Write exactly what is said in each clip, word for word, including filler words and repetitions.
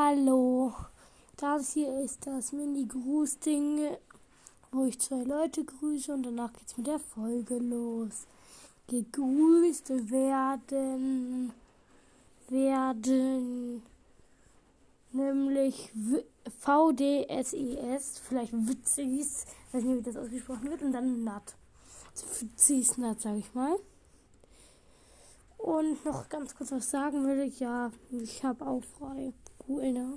Hallo, das hier ist das Mini-Gruß-Ding, wo ich zwei Leute grüße und danach geht's mit der Folge los. Gegrüßt werden, werden, nämlich V D S E S, vielleicht Witzis, weiß nicht, wie das ausgesprochen wird, und dann Nat. Witzis Nat, sag ich mal. Und noch ganz kurz was sagen würde ich, ja, ich habe auch frei. Cool, ne?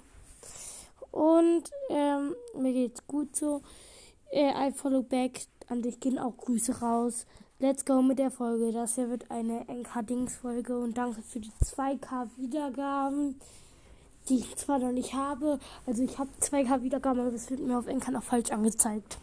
Und ähm, mir geht's gut so. Äh, I follow back. An dich gehen auch Grüße raus. Let's go mit der Folge. Das hier wird eine N K-Dings-Folge. Und danke für die zwei K Wiedergaben, die ich zwar noch nicht habe. Also ich habe zwei K Wiedergaben, aber das wird mir auf N K noch falsch angezeigt.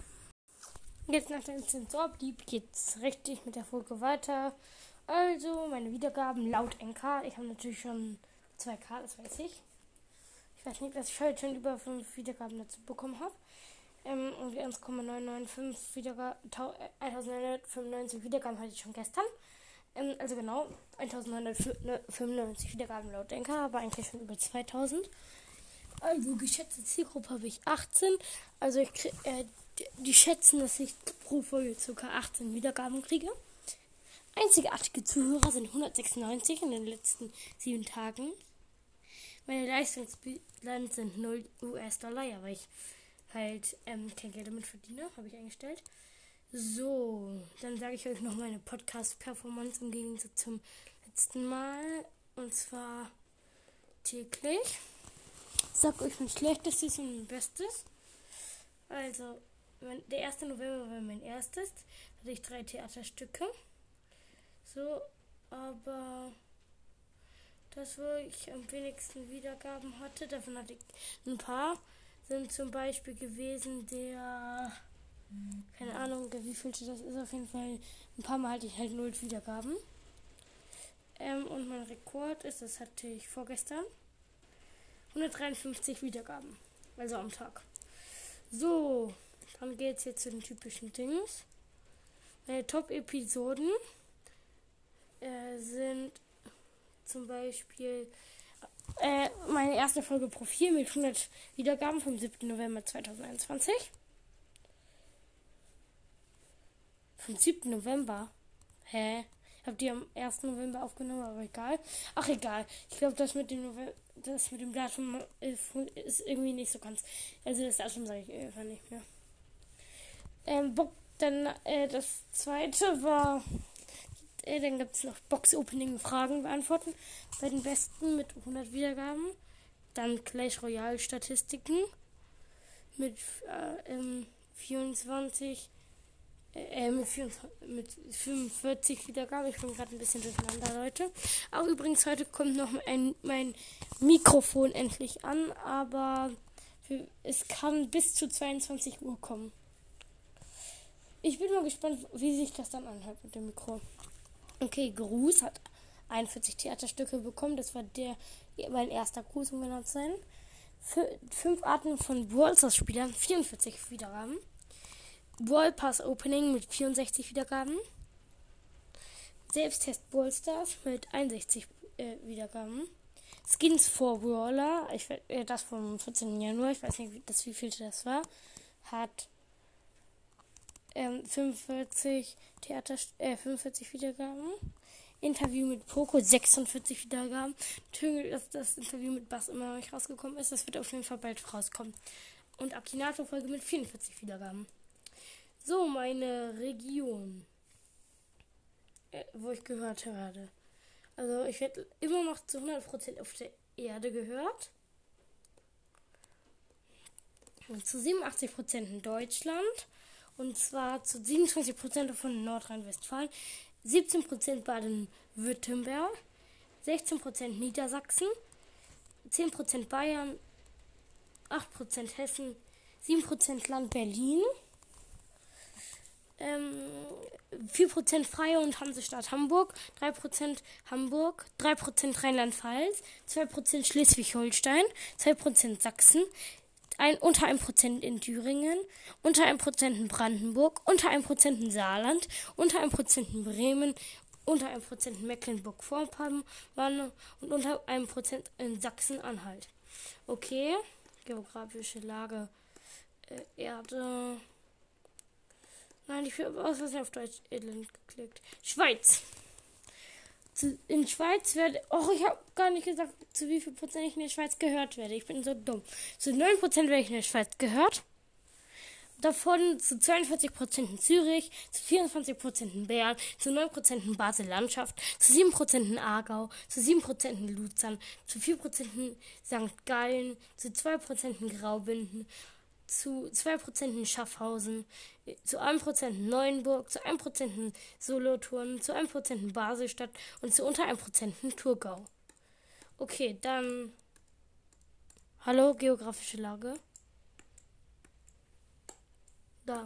Jetzt nach dem Zensorblieb geht's richtig mit der Folge weiter. Also meine Wiedergaben laut N K. Ich habe natürlich schon zwei K, das weiß ich. Ich weiß nicht, dass ich heute schon über fünf Wiedergaben dazu bekommen habe. Ähm, und eins Komma neun neun fünf Wiedergaben, neunzehnhundertfünfundneunzig Wiedergaben hatte ich schon gestern. Ähm, also genau, neunzehnhundertfünfundneunzig Wiedergaben laut N K, aber eigentlich schon über zweitausend. Also geschätzte Zielgruppe habe ich achtzehn. Also ich krieg, äh, die, die schätzen, dass ich pro Folge ca. achtzehn Wiedergaben kriege. Einzigartige Zuhörer sind hundertsechsundneunzig in den letzten sieben Tagen. Meine Leistungsbilanz sind null U S-Dollar, ja, weil ich halt ähm, kein Geld damit verdiene, habe ich eingestellt. So, dann sage ich euch noch meine Podcast-Performance im Gegensatz zum letzten Mal. Und zwar täglich. Ich sag euch mein Schlechtestes und mein Bestes. Also, mein, der erste November war mein erstes. Da hatte ich drei Theaterstücke. So, aber das, wo ich am wenigsten Wiedergaben hatte, davon hatte ich ein paar, sind zum Beispiel gewesen der, keine Ahnung, wie viel das ist, auf jeden Fall, ein paar Mal hatte ich halt null Wiedergaben. Ähm, und mein Rekord ist, das hatte ich vorgestern, hundertdreiundfünfzig Wiedergaben, also am Tag. So, dann geht's jetzt zu den typischen Dings. Meine Top-Episoden äh, sind zum Beispiel äh, meine erste Folge Profil mit hundert Wiedergaben vom siebten November zweitausendeinundzwanzig. Vom siebten November? Hä? Ich habe die am ersten November aufgenommen, aber egal. Ach, egal. Ich glaube, das mit dem November, das mit dem Datum ist irgendwie nicht so ganz. Also das Datum sage ich einfach nicht mehr. Ähm, dann äh, das zweite war. Dann gibt es noch Box-Opening-Fragen beantworten bei den Besten mit hundert Wiedergaben. Dann Clash Royale-Statistiken mit äh, ähm, vierundzwanzig, äh, mit, vierundzwanzig, mit fünfundvierzig Wiedergaben. Ich bin gerade ein bisschen durcheinander, Leute. Auch übrigens, heute kommt noch ein, mein Mikrofon endlich an, aber für, es kann bis zu zweiundzwanzig Uhr kommen. Ich bin mal gespannt, wie sich das dann anhört mit dem Mikro. Okay, Gruß hat einundvierzig Theaterstücke bekommen. Das war der mein erster Gruß, um genau zu sein. Für fünf Arten von Brawl Stars Spielern, vierundvierzig Wiedergaben. Brawl Pass Opening mit vierundsechzig Wiedergaben. Selbsttest Brawl Stars mit einundsechzig äh, Wiedergaben. Skins for Brawler, ich, äh, das vom vierzehnten Januar, ich weiß nicht, wie, das, wie viel das war, hat Ähm, fünfundvierzig Theater, äh, fünfundvierzig Wiedergaben. Interview mit Poco, sechsundvierzig Wiedergaben. Natürlich, dass das Interview mit Bass immer noch nicht rausgekommen ist. Das wird auf jeden Fall bald rauskommen. Und Akinato-Folge mit vierundvierzig Wiedergaben. So, meine Region, äh, wo ich gehört werde. Also, ich werde immer noch zu hundert Prozent auf der Erde gehört. Und zu siebenundachtzig Prozent in Deutschland. Und zwar zu siebenundzwanzig Prozent davon in Nordrhein-Westfalen, siebzehn Prozent Baden-Württemberg, sechzehn Prozent Niedersachsen, zehn Prozent Bayern, acht Prozent Hessen, sieben Prozent Land Berlin, ähm, vier Prozent Freie und Hansestadt Hamburg, drei Prozent Hamburg, drei Prozent Rheinland-Pfalz, zwei Prozent Schleswig-Holstein, zwei Prozent Sachsen, Ein, unter ein Prozent in Thüringen, unter ein Prozent in Brandenburg, unter ein Prozent in Saarland, unter ein Prozent in Bremen, unter ein Prozent in Mecklenburg-Vorpommern und unter ein Prozent in Sachsen-Anhalt. Okay. Geografische Lage. Äh, Erde. Nein, ich habe aus Versehen auf Deutsch Irland geklickt. Schweiz. Zu, in Schweiz werde. Oh, ich habe gar nicht gesagt, zu wie viel Prozent ich in der Schweiz gehört werde. Ich bin so dumm. Zu neun Prozent werde ich in der Schweiz gehört. Davon zu zweiundvierzig Prozent in Zürich, zu vierundzwanzig Prozent in Bern, zu neun Prozent in Basel-Landschaft, zu sieben Prozent in Aargau, zu sieben Prozent in Luzern, zu vier Prozent in Sankt Gallen, zu zwei Prozent in Graubünden, zu zwei Prozent in Schaffhausen, zu einem Prozent in Neuenburg, zu einem Prozent in Solothurn, zu einem Prozent in Baselstadt und zu unter einem Prozent in Thurgau. Okay, dann. Hallo, geografische Lage. Da.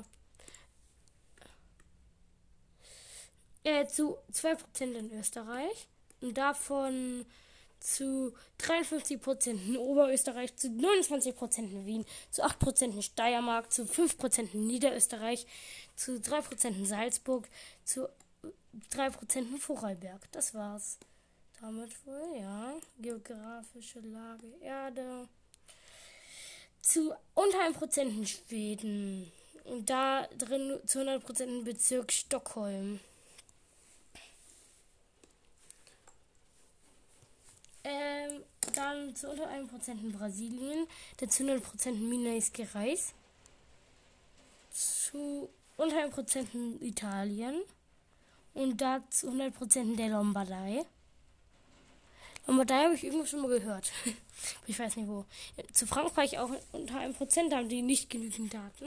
Äh, zu zwei Prozent in Österreich und davon zu dreiundfünfzig Prozent in Oberösterreich, zu neunundzwanzig Prozent in Wien, zu acht Prozent in Steiermark, zu fünf Prozent in Niederösterreich, zu drei Prozent in Salzburg, zu drei Prozent in Vorarlberg. Das war's. Damit wohl, ja. Geografische Lage Erde. Zu unter einem Prozent in Schweden. Und da drin zu hundert Prozent im Bezirk Stockholm. Ähm, dann zu unter einem Prozent in Brasilien. Dann zu hundert Prozent in Minas Gerais. Zu unter einem Prozent in Italien. Und da zu hundert Prozent in der Lombardei. Lombardei habe ich irgendwo schon mal gehört. Ich weiß nicht wo. Zu Frankreich auch unter einem Prozent, haben die nicht genügend Daten.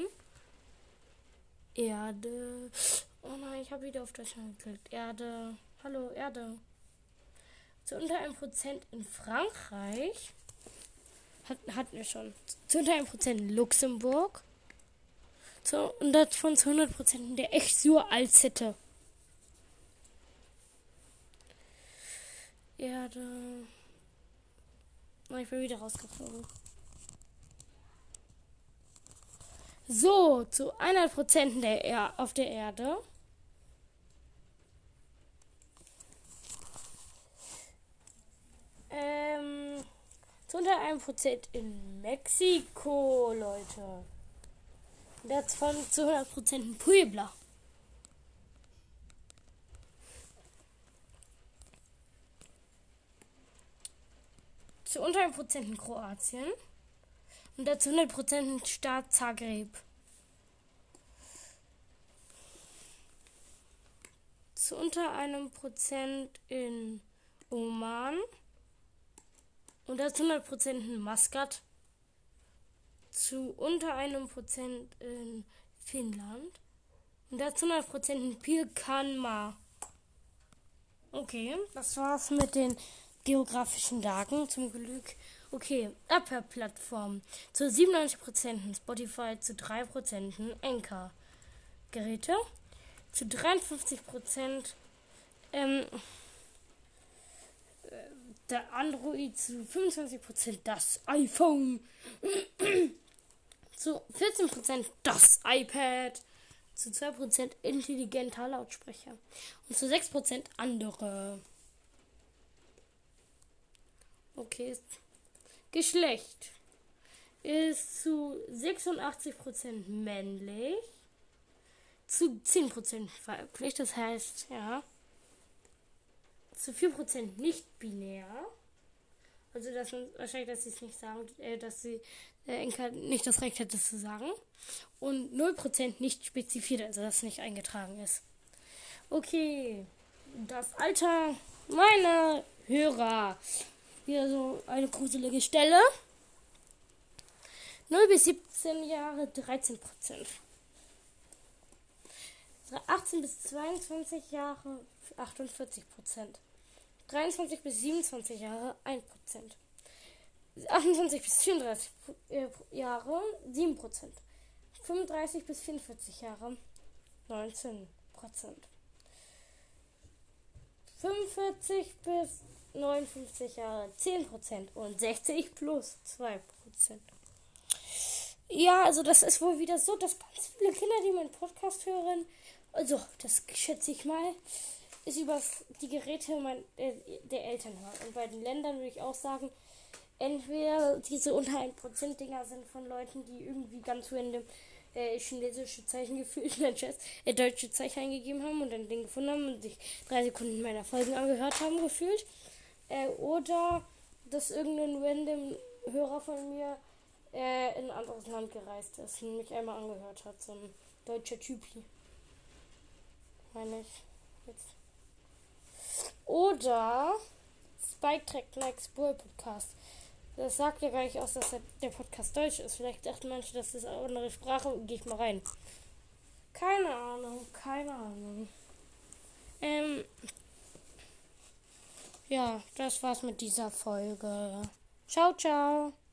Erde. Oh nein, ich habe wieder auf Deutschland geklickt. Erde. Hallo, Erde. Zu unter einem Prozent in Frankreich. Hat, hatten wir schon. Zu unter einem Prozent in Luxemburg. Zu, und davon zu hundert Prozent in der Esch-sur-Alzette. Erde. Oh, ich bin wieder rausgeflogen. So, zu hundert Prozent der er- auf der Erde. Ähm, zu unter einem Prozent in Mexiko, Leute. Davon zu hundert Prozent in Puebla. Zu unter einem Prozent in Kroatien. Und dazu hundert Prozent in Staat Zagreb. Zu unter einem Prozent in Oman. Und dazu hundert Prozent in Maskat. Zu unter einem Prozent in Finnland. Und dazu hundert Prozent in Pirkanmaa. Okay, das war's mit den geografischen Daten, zum Glück. Okay, Apple-Plattform. Zu siebenundneunzig Prozent in Spotify, zu drei Prozent in Anchor-Geräte. Zu dreiundfünfzig Prozent ähm, der Android, zu fünfundzwanzig Prozent das iPhone. Zu vierzehn Prozent das iPad. Zu zwei Prozent intelligenter Lautsprecher. Und zu sechs Prozent andere. Okay. Geschlecht ist zu sechsundachtzig Prozent männlich. Zu zehn Prozent weiblich. Das heißt, ja. Zu vier Prozent nicht binär. Also das wahrscheinlich, dass sie es nicht sagen, äh, dass sie der Enker nicht das Recht hätte zu sagen. Und null Prozent nicht spezifiziert, also dass es nicht eingetragen ist. Okay. Das Alter meiner Hörer. Hier so eine gruselige Stelle. null bis siebzehn Jahre dreizehn Prozent. achtzehn bis zweiundzwanzig Jahre achtundvierzig Prozent. dreiundzwanzig bis siebenundzwanzig Jahre ein Prozent. achtundzwanzig bis vierunddreißig Jahre sieben Prozent. fünfunddreißig bis vierundvierzig Jahre neunzehn Prozent. fünfundvierzig bis neunundfünfzig Jahre zehn Prozent und sechzig plus zwei Prozent. Ja, also das ist wohl wieder so, dass ganz viele Kinder, die meinen Podcast hören, also das schätze ich mal, ist über die Geräte mein, äh, der Eltern hören. Und bei den Ländern würde ich auch sagen, entweder diese unter ein Prozent Dinger sind von Leuten, die irgendwie ganz random äh, chinesische Zeichen gefühlt, nein, Scherz, äh, deutsche Zeichen eingegeben haben und dann den gefunden haben und sich drei Sekunden meiner Folgen angehört haben, gefühlt. Äh, oder dass irgendein random Hörer von mir äh, in ein anderes Land gereist ist und mich einmal angehört hat. So ein deutscher Typi. Meine ich jetzt. Oder Spike Track Next Bull Podcast. Das sagt ja gar nicht aus, dass der Podcast deutsch ist. Vielleicht dachten manche, das ist eine andere Sprache. Gehe ich mal rein. Keine Ahnung, keine Ahnung. Ähm, ja, das war's mit dieser Folge. Ciao, ciao.